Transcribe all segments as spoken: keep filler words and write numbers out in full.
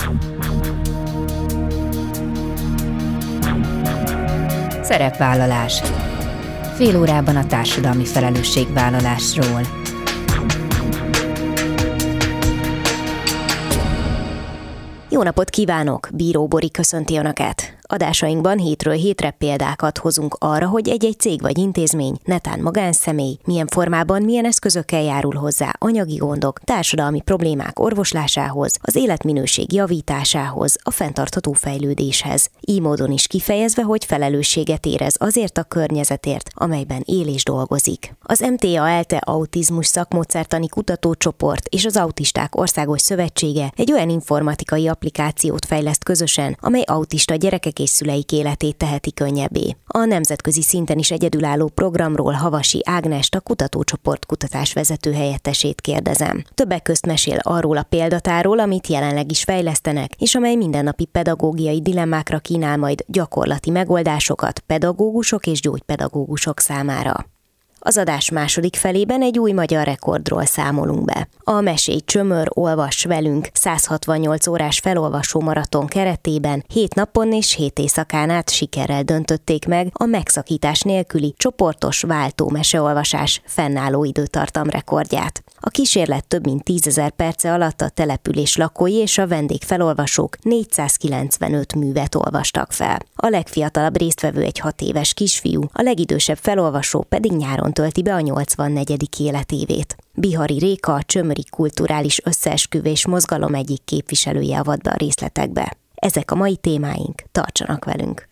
Szerepvállalás. Fél órában a társadalmi felelősségvállalásról. Jó napot kívánok! Bíró Bori köszönti Önöket! Adásainkban hétről hétre példákat hozunk arra, hogy egy-egy cég vagy intézmény, netán magánszemély, milyen formában, milyen eszközökkel járul hozzá anyagi gondok, társadalmi problémák orvoslásához, az életminőség javításához, a fenntartható fejlődéshez. Így módon is kifejezve, hogy felelősséget érez azért a környezetért, amelyben él és dolgozik. Az em té á ELTE Autizmus Szakmódszertani Kutatócsoport és az Autisták Országos Szövetsége egy olyan informatikai applikációt fejleszt közösen, amely autista gyerekek és szüleik életét teheti könnyebbé. A nemzetközi szinten is egyedülálló programról Havasi Ágnest, a kutatócsoport kutatásvezető helyettesét kérdezem. Többek közt mesél arról a példatáról, amit jelenleg is fejlesztenek, és amely mindennapi pedagógiai dilemmákra kínál majd gyakorlati megoldásokat pedagógusok és gyógypedagógusok számára. Az adás második felében egy új magyar rekordról számolunk be. A Mesélj Csömör, olvass velünk száz hatvannyolc órás felolvasó maraton keretében hét napon és hét éjszakán át sikerrel döntötték meg a megszakítás nélküli csoportos váltó meseolvasás fennálló időtartam rekordját. A kísérlet több mint tízezer perce alatt a település lakói és a vendégfelolvasók négyszázkilencvenöt művet olvastak fel. A legfiatalabb résztvevő egy hat éves kisfiú, a legidősebb felolvasó pedig nyáron tölti be a nyolcvannegyedik életévét. Bihari Réka, a Csömöri Kulturális Összeesküvés Mozgalom egyik képviselője avat be a részletekbe. Ezek a mai témáink, tartsanak velünk!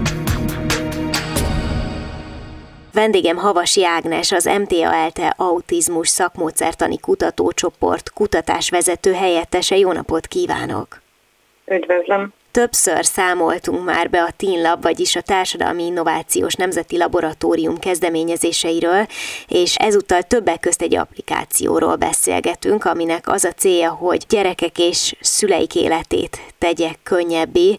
Vendégem Havasi Ágnes, az em té á ELTE Autizmus Szakmódszertani Kutatócsoport kutatásvezető helyettese. Jó napot kívánok! Üdvözlöm! Többször számoltunk már be a TeenLab, vagyis a Társadalmi Innovációs Nemzeti Laboratórium kezdeményezéseiről, és ezúttal többek közt egy applikációról beszélgetünk, aminek az a célja, hogy gyerekek és szüleik életét tegye könnyebbé.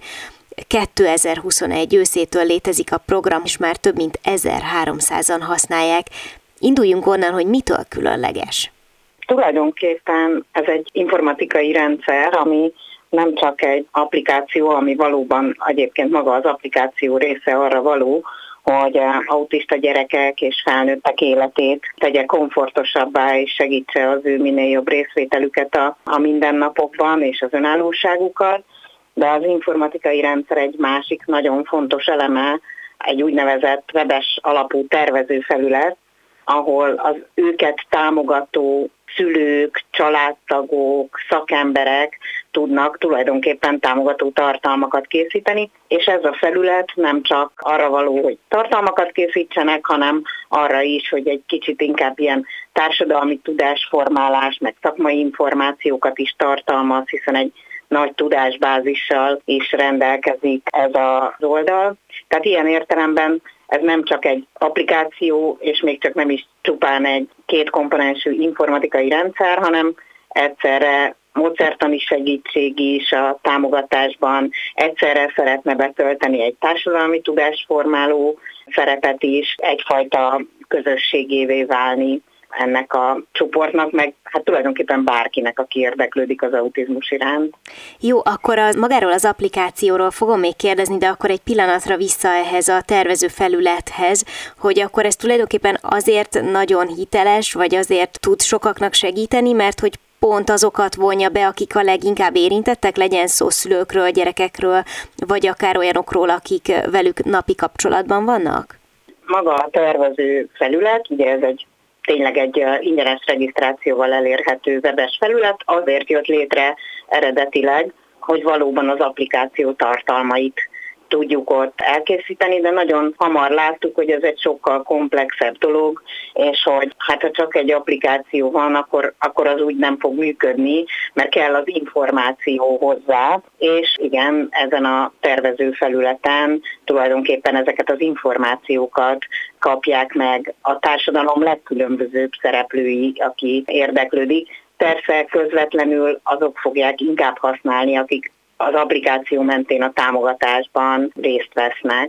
kétezer-huszonegy őszétől létezik a program, és már több mint ezerháromszázan használják. Induljunk onnan, hogy mitől különleges. Tulajdonképpen ez egy informatikai rendszer, ami nem csak egy applikáció, ami valóban egyébként maga az applikáció része arra való, hogy autista gyerekek és felnőttek életét tegye komfortosabbá és segítse az ő minél jobb részvételüket a, a mindennapokban és az önállóságukat, de az informatikai rendszer egy másik nagyon fontos eleme, egy úgynevezett webes alapú tervezőfelület, ahol az őket támogató szülők, családtagok, szakemberek tudnak tulajdonképpen támogató tartalmakat készíteni, és ez a felület nem csak arra való, hogy tartalmakat készítsenek, hanem arra is, hogy egy kicsit inkább ilyen társadalmi tudásformálás, meg szakmai információkat is tartalmaz, hiszen egy nagy tudásbázissal is rendelkezik ez az oldal. Tehát ilyen értelemben ez nem csak egy applikáció, és még csak nem is csupán egy kétkomponensű informatikai rendszer, hanem egyszerre módszertani segítség is a támogatásban, egyszerre szeretne betölteni egy társadalmi tudásformáló szerepet is, egyfajta közösségévé válni ennek a csoportnak, meg hát tulajdonképpen bárkinek, aki érdeklődik az autizmus iránt. Jó, akkor az, magáról az applikációról fogom még kérdezni, de akkor egy pillanatra vissza ehhez a tervező felülethez, hogy akkor ez tulajdonképpen azért nagyon hiteles, vagy azért tud sokaknak segíteni, mert hogy pont azokat vonja be, akik a leginkább érintettek, legyen szó szülőkről, gyerekekről, vagy akár olyanokról, akik velük napi kapcsolatban vannak? Maga a tervező felület, ugye ez egy tényleg egy ingyenes regisztrációval elérhető webes felület, azért jött létre eredetileg, hogy valóban az applikáció tartalmait tudjuk ott elkészíteni, de nagyon hamar láttuk, hogy ez egy sokkal komplexebb dolog, és hogy hát ha csak egy applikáció van, akkor, akkor az úgy nem fog működni, mert kell az információ hozzá, és igen, ezen a tervező felületen tulajdonképpen ezeket az információkat kapják meg a társadalom legkülönbözőbb szereplői, aki érdeklődik. Persze közvetlenül azok fogják inkább használni, akik az applikáció mentén a támogatásban részt vesznek.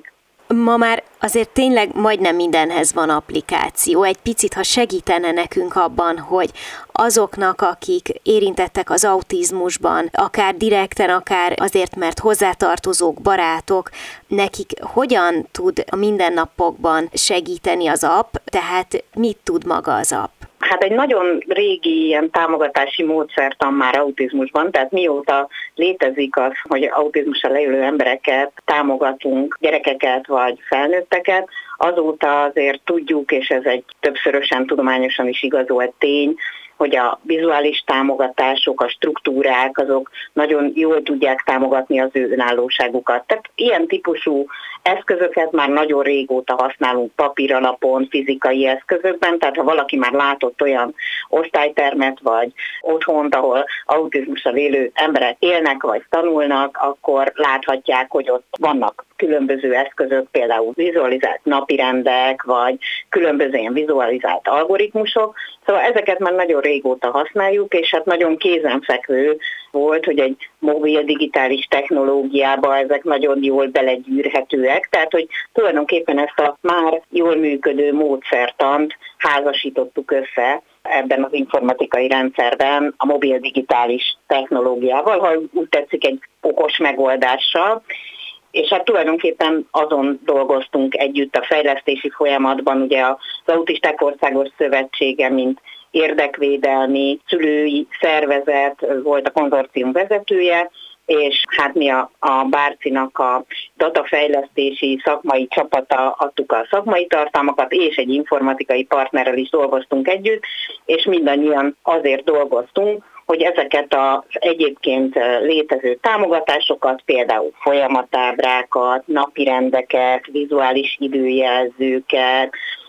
Ma már azért tényleg majdnem mindenhez van applikáció. Egy picit, ha segítene nekünk abban, hogy azoknak, akik érintettek az autizmusban, akár direkten, akár azért, mert hozzátartozók, barátok, nekik hogyan tud a mindennapokban segíteni az app, tehát mit tud maga az app? Hát egy nagyon régi ilyen támogatási módszertan már autizmusban, tehát mióta létezik az, hogy autizmussal élő embereket támogatunk, gyerekeket vagy felnőtteket, azóta azért tudjuk, és ez egy többszörösen tudományosan is igazolt tény, hogy a vizuális támogatások, a struktúrák, azok nagyon jól tudják támogatni az ő önállóságukat. Tehát ilyen típusú eszközöket már nagyon régóta használunk papíralapon, fizikai eszközökben, tehát ha valaki már látott olyan osztálytermet, vagy otthont, ahol autizmussal élő emberek élnek, vagy tanulnak, akkor láthatják, hogy ott vannak különböző eszközök, például vizualizált napirendek, vagy különböző ilyen vizualizált algoritmusok. Szóval ezeket már nagyon régóta használjuk, és hát nagyon kézenfekvő volt, hogy egy mobil digitális technológiába ezek nagyon jól belegyűrhetőek, tehát hogy tulajdonképpen ezt a már jól működő módszertant házasítottuk össze ebben az informatikai rendszerben a mobil digitális technológiával, ha úgy tetszik, egy okos megoldással. És hát tulajdonképpen azon dolgoztunk együtt a fejlesztési folyamatban, ugye az Autisták Országos Szövetsége, mint érdekvédelmi szülői szervezet volt a konzorcium vezetője, és hát mi a, a Bárcinak a datafejlesztési szakmai csapata adtuk a szakmai tartalmakat, és egy informatikai partnerrel is dolgoztunk együtt, és mindannyian azért dolgoztunk, hogy ezeket az egyébként létező támogatásokat, például folyamatábrákat, napirendeket, vizuális időjelzőket,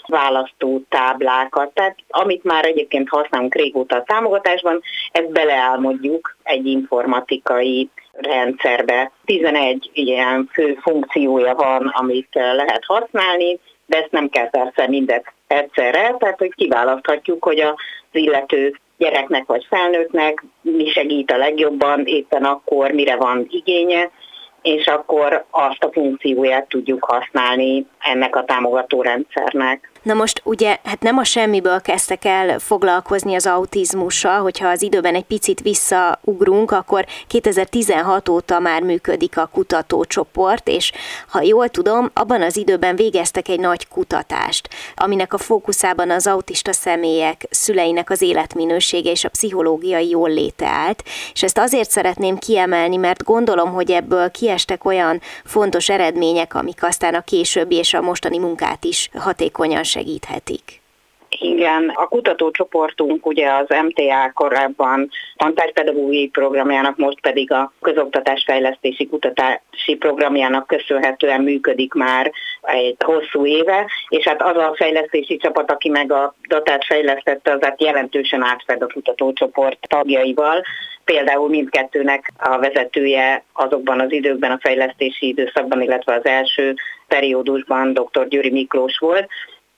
választótáblákat, tehát amit már egyébként használunk régóta a támogatásban, ezt beleálmodjuk egy informatikai rendszerbe. tizenegy ilyen fő funkciója van, amit lehet használni, de ezt nem kell persze mindet egyszerre, tehát hogy kiválaszthatjuk, hogy az illető gyereknek vagy felnőttnek mi segít a legjobban, éppen akkor mire van igénye, és akkor azt a funkcióját tudjuk használni ennek a támogató rendszernek. Na most ugye, hát nem a semmiből kezdtek el foglalkozni az autizmussal, hogyha az időben egy picit visszaugrunk, akkor kétezer-tizenhat óta már működik a kutatócsoport, és ha jól tudom, abban az időben végeztek egy nagy kutatást, aminek a fókuszában az autista személyek szüleinek az életminősége és a pszichológiai jólléte állt, és ezt azért szeretném kiemelni, mert gondolom, hogy ebből kiestek olyan fontos eredmények, amik aztán a későbbi és a mostani munkát is hatékonyan segíthetik. Igen, a kutatócsoportunk ugye az em té á korábban tantárgypedagógiai programjának, most pedig a közoktatásfejlesztési kutatási programjának köszönhetően működik már egy hosszú éve, és hát az a fejlesztési csapat, aki meg a datát fejlesztette, az hát jelentősen átfed a kutatócsoport tagjaival. Például mindkettőnek a vezetője azokban az időkben, a fejlesztési időszakban, illetve az első periódusban dr. Győri Miklós volt,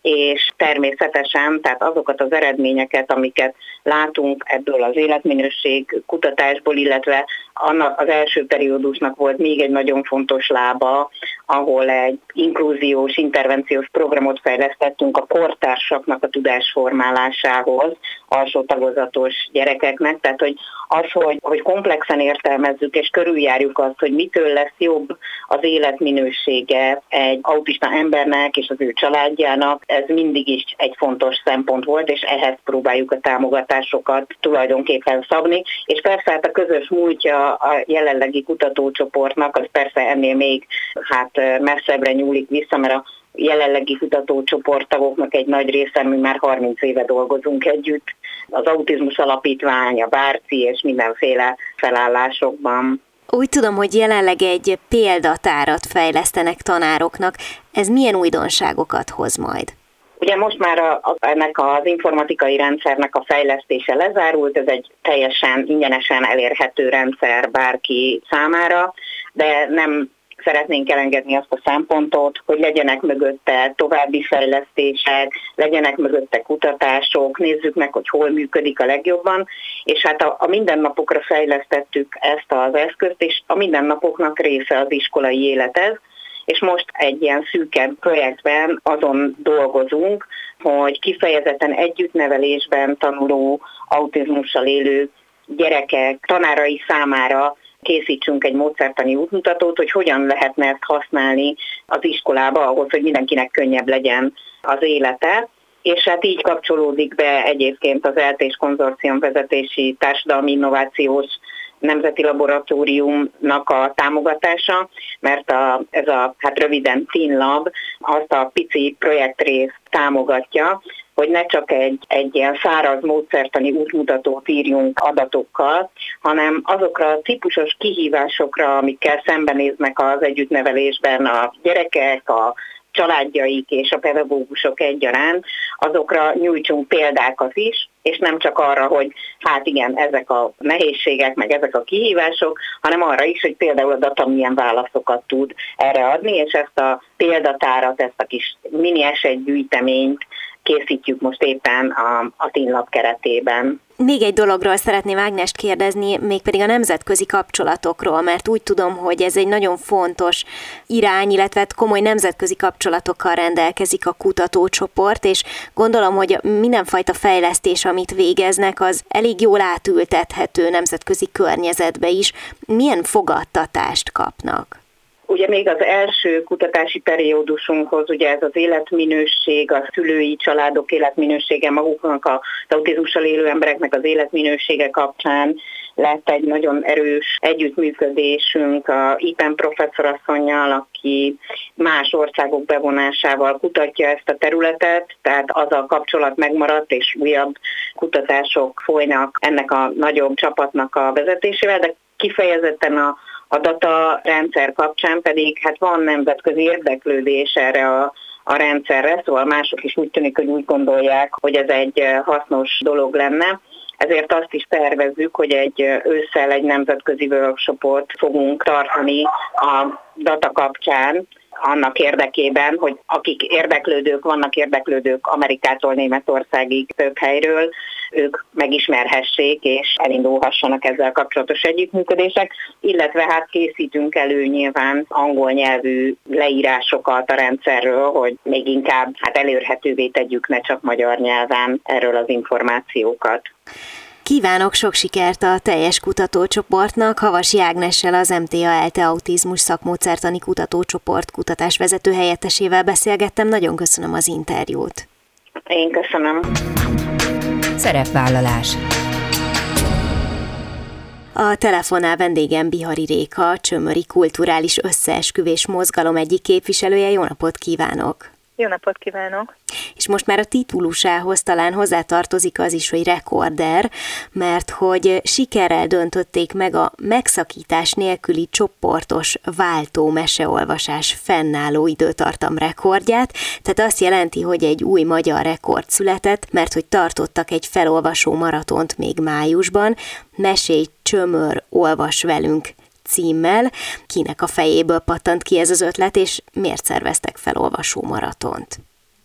és természetesen, tehát azokat az eredményeket, amiket látunk ebből az életminőség kutatásból, illetve annak az első periódusnak volt még egy nagyon fontos lába, ahol egy inkluziós, intervenciós programot fejlesztettünk a kortársaknak a tudásformálásához, alsó tagozatos gyerekeknek, tehát hogy az, hogy, hogy komplexen értelmezzük és körüljárjuk azt, hogy mitől lesz jobb az életminősége egy autista embernek és az ő családjának, ez mindig is egy fontos szempont volt, és ehhez próbáljuk a támogatásokat tulajdonképpen szabni, és persze hát a közös múltja a jelenlegi kutatócsoportnak, az persze ennél még hát messzebbre nyúlik vissza, mert a jelenlegi kutatócsoporttagoknak egy nagy része, mi már harminc éve dolgozunk együtt, az Autizmus Alapítvány, a Bárci és mindenféle felállásokban. Úgy tudom, hogy jelenleg egy példatárat fejlesztenek tanároknak. Ez milyen újdonságokat hoz majd? Ugye most már a, a, ennek az informatikai rendszernek a fejlesztése lezárult, ez egy teljesen ingyenesen elérhető rendszer bárki számára, de nem szeretnénk elengedni azt a szempontot, hogy legyenek mögötte további fejlesztések, legyenek mögötte kutatások, nézzük meg, hogy hol működik a legjobban, és hát a, a mindennapokra fejlesztettük ezt az eszközt, és a mindennapoknak része az iskolai élet ez, és most egy ilyen szűkebb projektben azon dolgozunk, hogy kifejezetten együttnevelésben tanuló, autizmussal élő gyerekek tanárai számára készítsünk egy módszertani útmutatót, hogy hogyan lehetne ezt használni az iskolába ahhoz, hogy mindenkinek könnyebb legyen az élete. És hát így kapcsolódik be egyébként az E L T és konzorcium vezetési társadalmi innovációs nemzeti laboratóriumnak a támogatása, mert a, ez a hát röviden TeenLab azt a pici projektrészt támogatja, hogy ne csak egy, egy ilyen száraz módszertani útmutatót írjunk adatokkal, hanem azokra a típusos kihívásokra, amikkel szembenéznek az együttnevelésben a gyerekek, a családjaik és a pedagógusok egyaránt, azokra nyújtsunk példákat is, és nem csak arra, hogy hát igen, ezek a nehézségek, meg ezek a kihívások, hanem arra is, hogy például a data milyen válaszokat tud erre adni, és ezt a példatárat, ezt a kis mini esetgyűjteményt készítjük most éppen a, a TeenLab keretében. Még egy dologról szeretném Ágnest kérdezni, mégpedig a nemzetközi kapcsolatokról, mert úgy tudom, hogy ez egy nagyon fontos irány, illetve komoly nemzetközi kapcsolatokkal rendelkezik a kutatócsoport, és gondolom, hogy mindenfajta fejlesztés, amit végeznek, az elég jól átültethető nemzetközi környezetbe is. Milyen fogadtatást kapnak? Ugye még az első kutatási periódusunkhoz, ugye ez az életminőség, a szülői családok életminősége, maguknak az autizmussal élő embereknek az életminősége kapcsán lett egy nagyon erős együttműködésünk a Ipen professzorasszonnyal, aki más országok bevonásával kutatja ezt a területet, tehát az a kapcsolat megmaradt, és újabb kutatások folynak ennek a nagyobb csapatnak a vezetésével, de kifejezetten a A data rendszer kapcsán pedig hát van nemzetközi érdeklődés erre a, a rendszerre, szóval mások is úgy tűnik, hogy úgy gondolják, hogy ez egy hasznos dolog lenne. Ezért azt is tervezzük, hogy egy ősszel egy nemzetközi workshopot fogunk tartani a data kapcsán, annak érdekében, hogy akik érdeklődők, vannak érdeklődők Amerikától Németországig több helyről, ők megismerhessék és elindulhassanak ezzel kapcsolatos együttműködések, illetve hát készítünk elő nyilván angol nyelvű leírásokat a rendszerről, hogy még inkább hát elérhetővé tegyük, ne csak magyar nyelven erről az információkat. Kívánok sok sikert a teljes kutatócsoportnak. Havasi Ágnessel, az em té á ELTE Autizmus Szakmódszertani Kutatócsoport kutatásvezető helyettesével beszélgettem. Nagyon köszönöm az interjút. Én köszönöm. Szerepvállalás. A telefonnál vendégem Bihari Réka, a Csömöri Kulturális Összeesküvés Mozgalom egyik képviselője. Jó napot kívánok! Jó napot kívánok! És most már a titulusához talán hozzátartozik az is, hogy rekorder, mert hogy sikerrel döntötték meg a megszakítás nélküli csoportos váltó meseolvasás fennálló időtartam rekordját, tehát azt jelenti, hogy egy új magyar rekord született, mert hogy tartottak egy felolvasó maratont még májusban, Mesélj, Csömör, olvas velünk címmel. Kinek a fejéből pattant ki ez az ötlet, és miért szerveztek felolvasó maratont?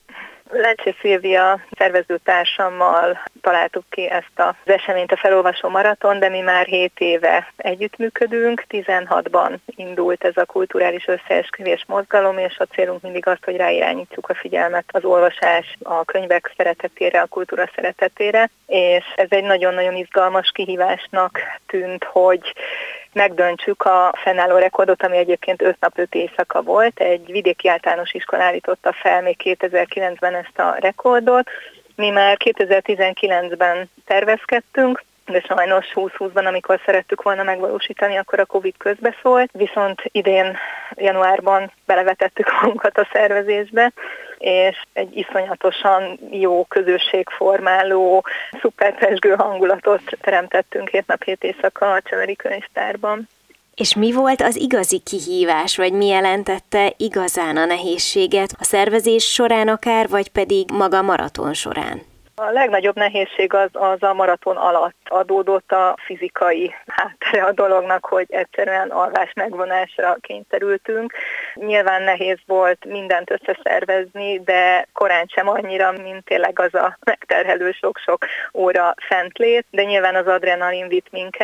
Lencsé Szilvia szervezőtársammal találtuk ki ezt az eseményt, a felolvasó maraton, de mi már hét éve együttműködünk. tizenhatban indult ez a kulturális összeesküvés mozgalom, és a célunk mindig az, hogy ráirányítsuk a figyelmet az olvasás, a könyvek szeretetére, a kultúra szeretetére, és ez egy nagyon-nagyon izgalmas kihívásnak tűnt, hogy megdöntsük a fennálló rekordot, ami egyébként öt nap öt éjszaka volt. Egy vidéki általános iskola állította fel még kétezer-kilencben ezt a rekordot. Mi már kétezer-tizenkilencben tervezkedtünk, de sajnos húsz-húszban, amikor szerettük volna megvalósítani, akkor a Covid közbeszólt, viszont idén januárban belevetettük magunkat a szervezésbe, és egy iszonyatosan jó közösségformáló, szuperpezsgő hangulatot teremtettünk hét nap hét éjszaka a Csömöri Könyvtárban. És mi volt az igazi kihívás, vagy mi jelentette igazán a nehézséget a szervezés során akár, vagy pedig maga a maraton során? A legnagyobb nehézség az, az a maraton alatt adódott, a fizikai háttere a dolognak, hogy egyszerűen alvás megvonásra kényszerültünk. Nyilván nehéz volt mindent összeszervezni, de korán sem annyira, mint tényleg az a megterhelő sok-sok óra fentlét, de nyilván az adrenalin vitt minket.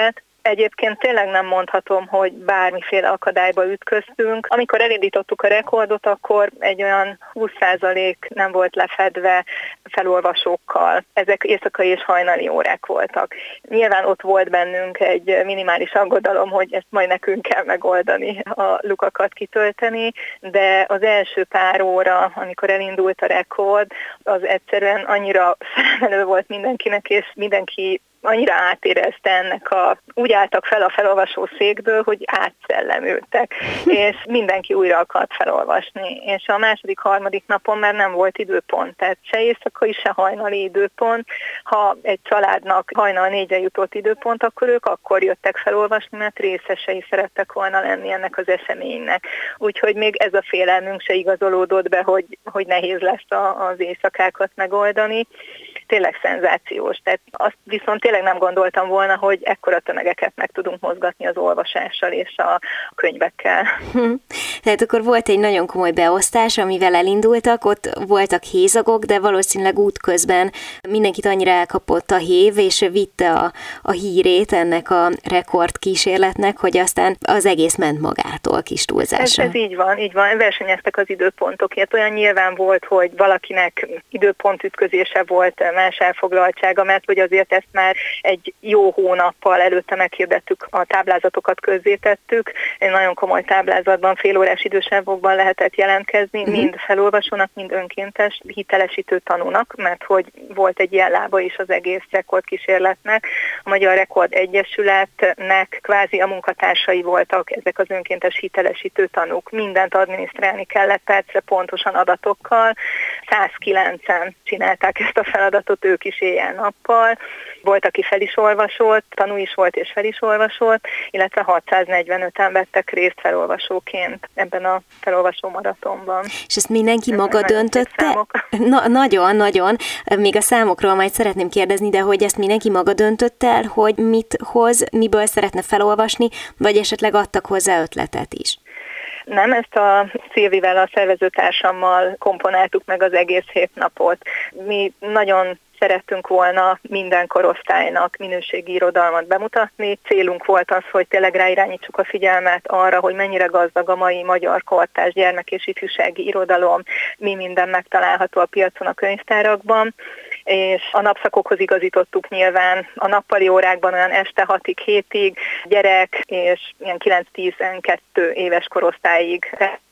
Egyébként tényleg nem mondhatom, hogy bármiféle akadályba ütköztünk. Amikor elindítottuk a rekordot, akkor egy olyan húsz százalék nem volt lefedve felolvasókkal. Ezek éjszakai és hajnali órák voltak. Nyilván ott volt bennünk egy minimális aggodalom, hogy ezt majd nekünk kell megoldani, a lukakat kitölteni, de az első pár óra, amikor elindult a rekord, az egyszerűen annyira felemelő volt mindenkinek, és mindenki annyira átérezte ennek a, úgy álltak fel a felolvasó székből, hogy átszellemültek, és mindenki újra akart felolvasni. És a második, harmadik napon már nem volt időpont, tehát se éjszakai, se hajnali időpont. Ha egy családnak hajnal négyre jutott időpont, akkor ők akkor jöttek felolvasni, mert részesei szerettek volna lenni ennek az eseménynek. Úgyhogy még ez a félelmünk se igazolódott be, hogy, hogy nehéz lesz a, az éjszakákat megoldani. Tényleg szenzációs. Tehát azt viszont tényleg nem gondoltam volna, hogy ekkora tömegeket meg tudunk mozgatni az olvasással és a könyvekkel. Hm. Tehát akkor volt egy nagyon komoly beosztás, amivel elindultak, ott voltak hézagok, de valószínűleg útközben mindenkit annyira elkapott a hév, és vitte a, a hírét ennek a rekordkísérletnek, hogy aztán az egész ment magától, kis túlzásra. Ez, ez így van, így van. Versenyeztek az időpontokért. Olyan nyilván volt, hogy valakinek időpontütközése volt, más elfoglaltsága, mert hogy azért ezt már egy jó hónappal előtte meghirdettük, a táblázatokat közzétettük. Egy nagyon komoly táblázatban, félórás idősávokban lehetett jelentkezni, uh-huh. mind felolvasónak, mind önkéntes hitelesítő tanúnak, mert hogy volt egy ilyen lába is az egész rekordkísérletnek. A Magyar Rekord Egyesületnek kvázi a munkatársai voltak ezek az önkéntes hitelesítő tanúk. Mindent adminisztrálni kellett percre pontosan adatokkal. százkilencen csinálták ezt a feladatot, ők is éjjel-nappal. Volt, aki fel is olvasott, tanú is volt és fel is olvasott, illetve hatszáznegyvenöten vettek részt felolvasóként ebben a felolvasó maratonban. És ezt mindenki ez maga döntötte? Na, nagyon, nagyon. Még a számokról majd szeretném kérdezni, de hogy ezt mindenki maga döntött el, hogy mit hoz, miből szeretne felolvasni, vagy esetleg adtak hozzá ötletet is? Nem, ezt a Szilvivel, a szervezőtársammal komponáltuk meg az egész hét napot. Mi nagyon szerettünk volna minden korosztálynak minőségi irodalmat bemutatni. Célunk volt az, hogy tényleg ráirányítsuk a figyelmet arra, hogy mennyire gazdag a mai magyar kortárs gyermek- és ifjúsági irodalom, mi minden megtalálható a piacon, a könyvtárakban, és a napszakokhoz igazítottuk nyilván a nappali órákban olyan este hatig, hétig, gyerek és ilyen kilenc-tizenkettő éves korosztályig.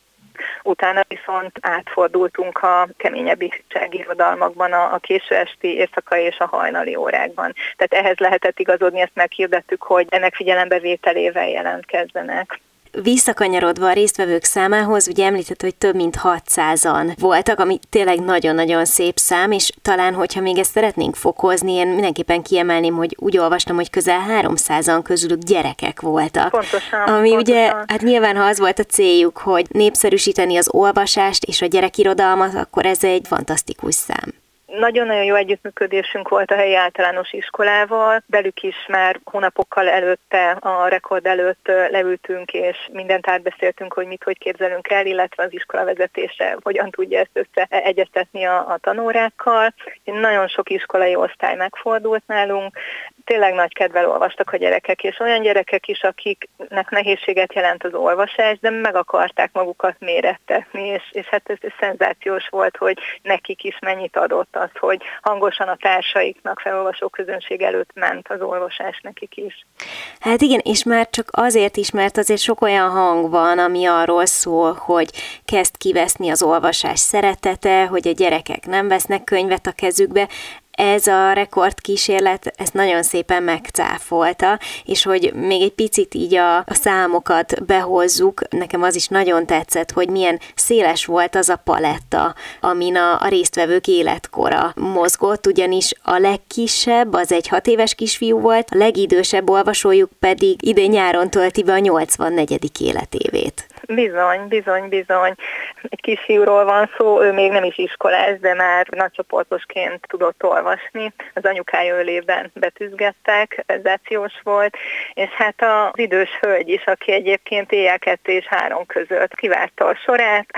Utána viszont átfordultunk a keményebb ifjúsági irodalmakban, a, a késő esti, éjszakai és a hajnali órákban. Tehát ehhez lehetett igazodni, ezt meghirdettük, hogy ennek figyelembevételével jelentkezzenek. Visszakanyarodva a résztvevők számához, ugye említett, hogy több mint hatszázan voltak, ami tényleg nagyon-nagyon szép szám, és talán, hogyha még ezt szeretnénk fokozni, én mindenképpen kiemelném, hogy úgy olvastam, hogy közel háromszázan közülük gyerekek voltak. Pontosan. Ami pontosan. ugye, hát nyilván, ha az volt a céljuk, hogy népszerűsíteni az olvasást és a gyerekirodalmat, akkor ez egy fantasztikus szám. Nagyon-nagyon jó együttműködésünk volt a helyi általános iskolával, velük is már hónapokkal előtte, a rekord előtt leültünk, és mindent átbeszéltünk, hogy mit, hogy képzelünk el, illetve az iskola vezetése hogyan tudja ezt összeegyeztetni a, a tanórákkal. Nagyon sok iskolai osztály megfordult nálunk, tényleg nagy kedvel olvastak a gyerekek, és olyan gyerekek is, akiknek nehézséget jelent az olvasás, de meg akarták magukat mérettetni, és, és hát ez, ez szenzációs volt, hogy nekik is mennyit adott az, hogy hangosan a társaiknak, felolvasó közönség előtt ment az olvasás nekik is. Hát igen, és már csak azért is, mert azért sok olyan hang van, ami arról szól, hogy kezd kiveszni az olvasás szeretete, hogy a gyerekek nem vesznek könyvet a kezükbe. Ez a rekordkísérlet ezt nagyon szépen megcáfolta, és hogy még egy picit így a, a számokat behozzuk, nekem az is nagyon tetszett, hogy milyen széles volt az a paletta, amin a, a résztvevők életkora mozgott, ugyanis a legkisebb az egy hat éves kisfiú volt, a legidősebb olvasójuk pedig idén nyáron tölti be a nyolcvannegyedik életévét. Bizony, bizony, bizony. Egy kisfiúról van szó, ő még nem is iskolás, de már nagycsoportosként tudott olvasni. Az anyukája ölében betűzgettek, szenzációs volt, és hát az idős hölgy is, aki egyébként éjjel kettő és három között kivárta a sorát,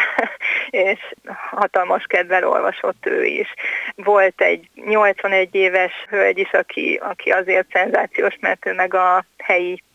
és hatalmas kedvel olvasott ő is. Volt egy nyolcvanegy éves hölgy is, aki, aki azért szenzációs, mert ő meg a helyi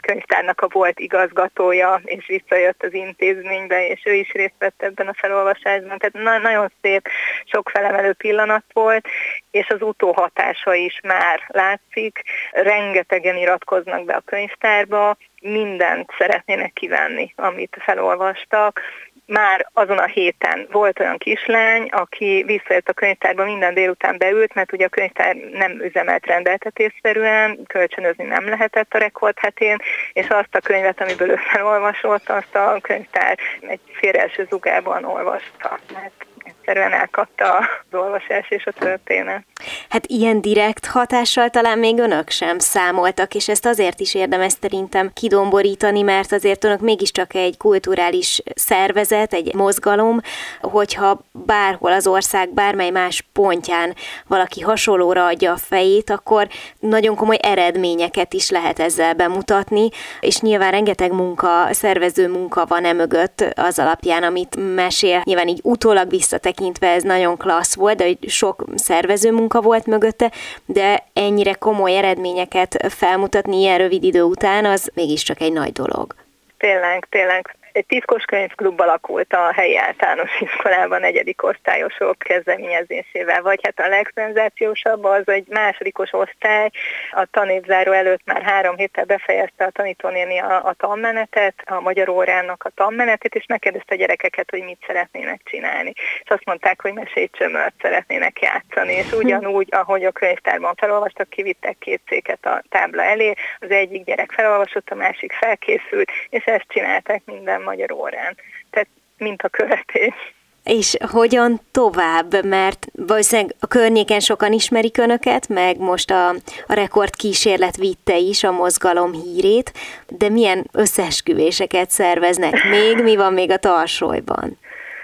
könyvtárnak a volt igazgatója, és visszajött az intézménybe, és ő is részt vett ebben a felolvasásban. Tehát na- nagyon szép, sok felemelő pillanat volt, és az utóhatása is már látszik. Rengetegen iratkoznak be a könyvtárba, mindent szeretnének kivenni, amit felolvastak. Már azon a héten volt olyan kislány, aki visszajött a könyvtárba, minden délután beült, mert ugye a könyvtár nem üzemelt rendeltetésszerűen, kölcsönözni nem lehetett a rekordhetén, és azt a könyvet, amiből ő felolvasott, azt a könyvtár egy félreelső zugában olvasta, mert egyszerűen elkapta az olvasás és a történet. Hát ilyen direkt hatással talán még önök sem számoltak, és ezt azért is érdemes szerintem kidomborítani, mert azért önök mégiscsak egy kulturális szervezet, egy mozgalom, hogyha bárhol az ország bármely más pontján valaki hasonlóra adja a fejét, akkor nagyon komoly eredményeket is lehet ezzel bemutatni, és nyilván rengeteg munka, szervező munka van e mögött az alapján, amit mesél. Nyilván így utólag visszatekintve ez nagyon klassz volt, de sok szervező munka volt mögötte, de ennyire komoly eredményeket felmutatni ilyen rövid idő után, az mégiscsak egy nagy dolog. Tényleg, tényleg. Egy titkos könyvklub alakult a helyi általános iskolában negyedik osztályosok kezdeményezésével, vagy hát a legszenzációsabb az egy másodikos osztály, a tanévzáró előtt már három héttel befejezte a tanítónéni a, a tanmenetet, a magyar órának a tanmenetét, és megkérdezte a gyerekeket, hogy mit szeretnének csinálni. És azt mondták, hogy mesélycsömört szeretnének játszani, és ugyanúgy, ahogy a könyvtárban felolvastak, kivittek két széket a tábla elé, az egyik gyerek felolvasott, a másik felkészült, és ezt csinálták minden magyar órán. Tehát mint a követés. És hogyan tovább? Mert valószínűleg a környéken sokan ismerik önöket, meg most a, a Rekord kísérlet vitte is a mozgalom hírét, de milyen összeesküvéseket szerveznek még? Mi van még a tarsolyban?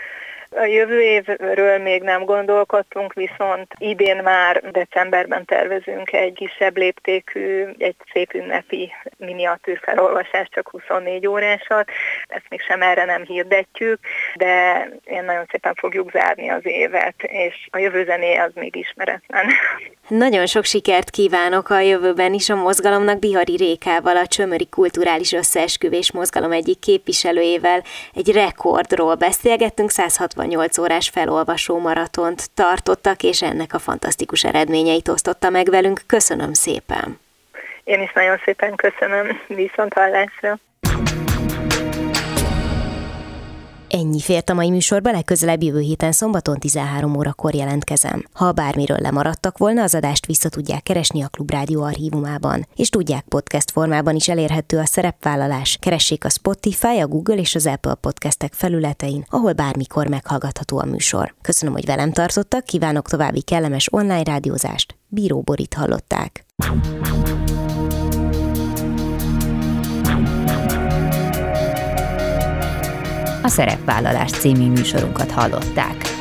A jövő évről még nem gondolkodtunk, viszont idén már decemberben tervezünk egy kisebb léptékű, egy szép ünnepi miniatűr felolvasást, csak huszonnégy órásat. Ezt még sem erre nem hirdetjük, de én nagyon szépen fogjuk zárni az évet, és a jövő zené az még ismeretlen. Nagyon sok sikert kívánok a jövőben is a mozgalomnak. Bihari Rékával, a Csömöri Kulturális Összeesküvés Mozgalom egyik képviselőjével egy rekordról beszélgettünk, száz hatvannyolc órás felolvasó maratont tartottak, és ennek a fantasztikus eredményeit osztotta meg velünk. Köszönöm szépen! Én is nagyon szépen köszönöm, viszont hallásra! Ennyi fért a mai műsorba, legközelebb jövő héten szombaton tizenhárom órakor jelentkezem. Ha bármiről lemaradtak volna, az adást vissza tudják keresni a Klubrádió archívumában. És tudják, podcast formában is elérhető a szerepvállalás. Keressék a Spotify, a Google és az Apple podcastek felületein, ahol bármikor meghallgatható a műsor. Köszönöm, hogy velem tartottak, kívánok további kellemes online rádiózást. Bíró Borit hallották. A Szerepvállalás című műsorunkat hallották.